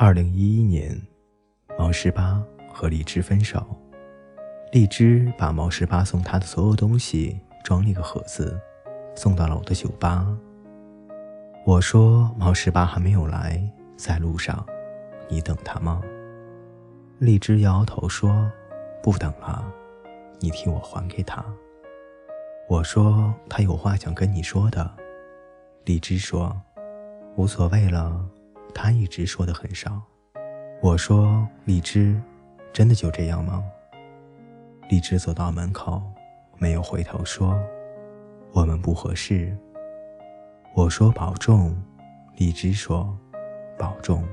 2011年，毛18和荔枝分手。荔枝把毛18送他的所有东西装了一个盒子，送到了我的酒吧。我说毛18还没有来，在路上，你等他吗？荔枝摇摇头说不等了，你替我还给他。我说他有话想跟你说的。荔枝说无所谓了，他一直说的很少。我说荔枝，真的就这样吗？荔枝走到门口，没有回头说我们不合适。我说保重，荔枝说保重。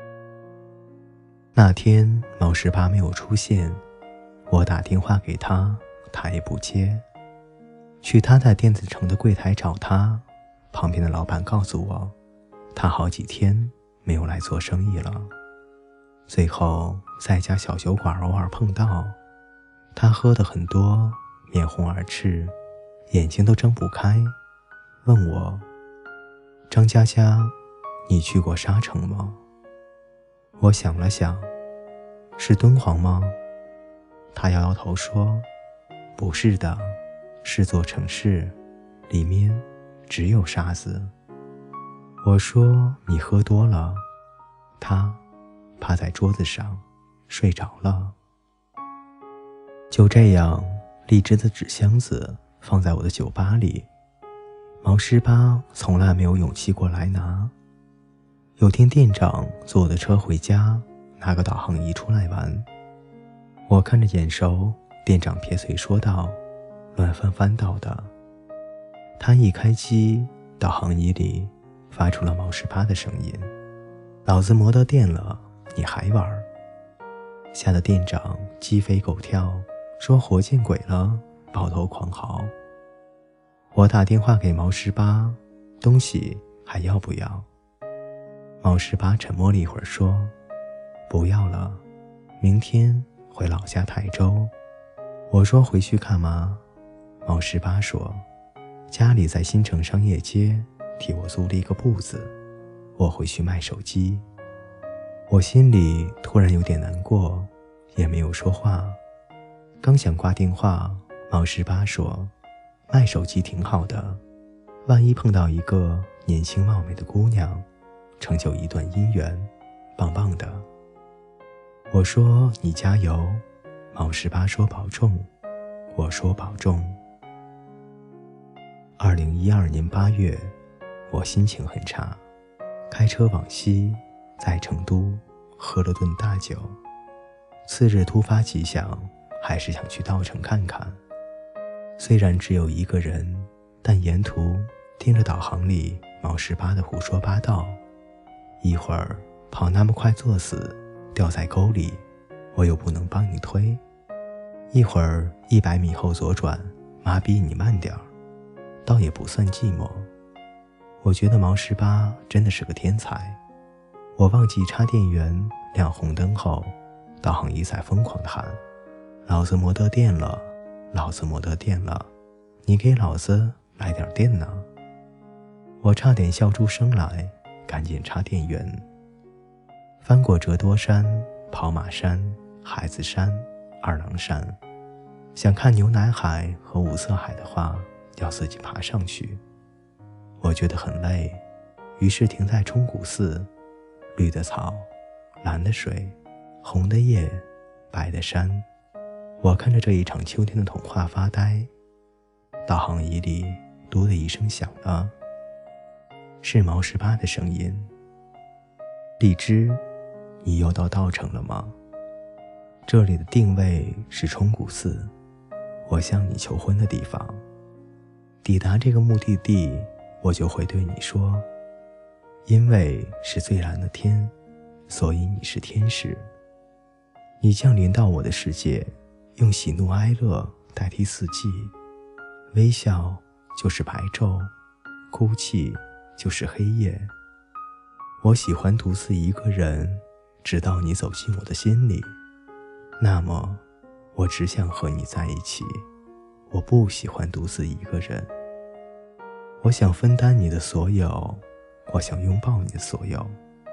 那天毛18没有出现，我打电话给他，他也不接。去他在电子城的柜台找他，旁边的老板告诉我，他好几天没有来做生意了。最后在一家小酒馆偶尔碰到，他喝得很多，面红耳赤，眼睛都睁不开，问我张佳佳，你去过沙城吗？我想了想，是敦煌吗？他摇摇头说不是的，是座城市，里面只有沙子。我说你喝多了。他趴在桌子上睡着了。就这样，荔枝的纸箱子放在我的酒吧里，毛18从来没有勇气过来拿。有天店长坐我的车回家，拿个导航仪出来玩。我看着眼熟，店长撇嘴说道乱翻翻到的。他一开机，导航仪里发出了毛18的声音，老子摩托电了，你还玩？吓得店长鸡飞狗跳，说活见鬼了，抱头狂嚎。我打电话给毛18，东西还要不要？毛18沉默了一会儿说不要了，明天回老家台州。我说回去干嘛？毛18说家里在新城商业街替我租了一个铺子，我回去卖手机。我心里突然有点难过，也没有说话。刚想挂电话，毛18说卖手机挺好的，万一碰到一个年轻貌美的姑娘，成就一段姻缘，棒棒的。我说你加油。毛18说保重。我说保重。2012年8月，我心情很差，开车往西，在成都喝了顿大酒。次日突发奇想，还是想去稻城看看。虽然只有一个人，但沿途听着导航里毛18的胡说八道，一会儿跑那么快作死，掉在沟里，我又不能帮你推；一会儿100米后左转，妈逼你慢点儿，倒也不算寂寞。我觉得毛18真的是个天才。我忘记插电源，亮红灯后，导航仪在疯狂地喊老子摩托电了，老子摩托电了，你给老子来点电呢。我差点笑出声来，赶紧插电源。翻过折多山、跑马山、海子山、二郎山，想看牛奶海和五色海的话，要自己爬上去。我觉得很累，于是停在冲古寺，绿的草，蓝的水，红的叶，白的山。我看着这一场秋天的童话发呆。导航仪里嘟的一声响了，是毛18的声音。荔枝，你又到稻城了吗？这里的定位是冲古寺，我向你求婚的地方。抵达这个目的地，我就会对你说，因为是最蓝的天，所以你是天使。你降临到我的世界，用喜怒哀乐代替四季，微笑就是白昼，哭泣就是黑夜。我喜欢独自一个人，直到你走进我的心里。那么，我只想和你在一起，我不喜欢独自一个人。我想分担你的所有，我想拥抱你的所有。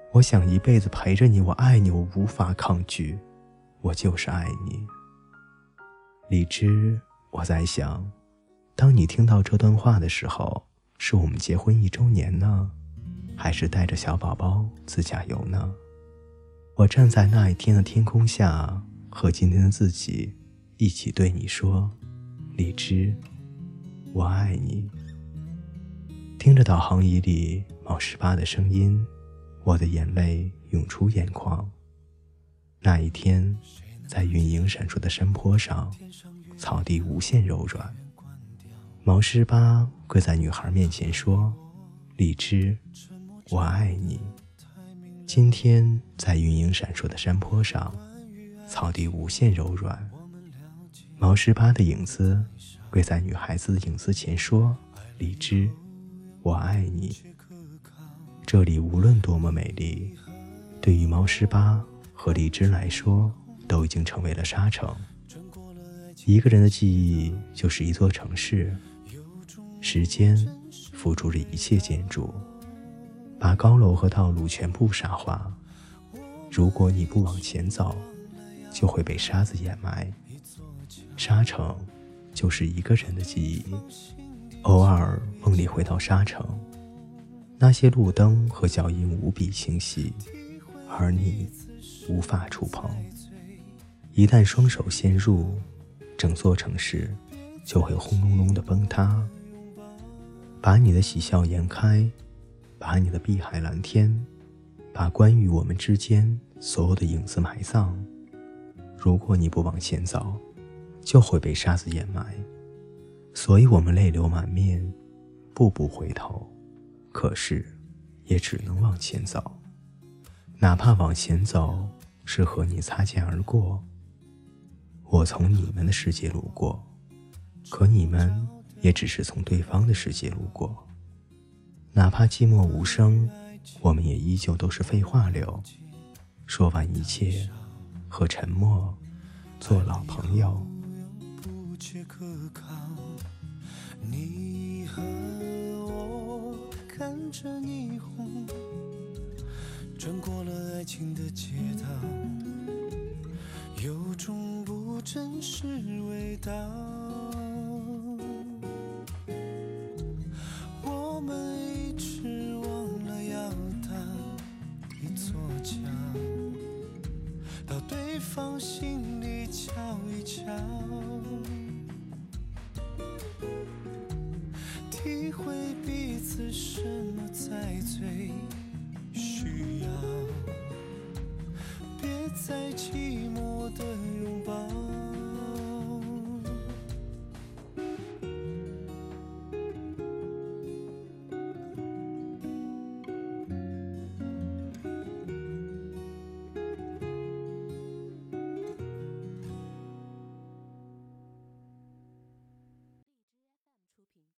我想一辈子陪着你，我爱你，我无法抗拒，我就是爱你。李枝，我在想，当你听到这段话的时候，是我们结婚1周年呢，还是带着小宝宝自驾游呢？我站在那一天的天空下，和今天的自己一起对你说，李枝，我爱你。听着导航仪里毛18的声音，我的眼泪涌出眼眶。那一天，在云影闪烁的山坡上，草地无限柔软。毛18跪在女孩面前说，李枝，我爱你。今天在云影闪烁的山坡上，草地无限柔软。毛18的影子跪在女孩子的影子前说，李枝，我爱你。这里无论多么美丽，对于毛18和李枝来说，都已经成为了沙城。一个人的记忆就是一座城市，时间付诸着一切建筑，把高楼和道路全部沙化。如果你不往前走，就会被沙子掩埋。沙城就是一个人的记忆，偶尔梦里回到沙城，那些路灯和脚印无比清晰，而你无法触碰。一旦双手陷入，整座城市就会轰隆隆地崩塌。把你的喜笑颜开，把你的碧海蓝天，把关于我们之间所有的影子埋葬。如果你不往前走，就会被沙子掩埋。所以我们泪流满面，步步回头，可是也只能往前走。哪怕往前走是和你擦肩而过，我从你们的世界路过，可你们也只是从对方的世界路过。哪怕寂寞无声，我们也依旧都是废话流，说完一切，和沉默做老朋友。 你和我看着霓虹，穿过了爱情的街道，有种不真实味道。我们一直忘了要搭一座桥，到对方心里瞧一瞧，体会彼此什么才最需要。别在寂寞的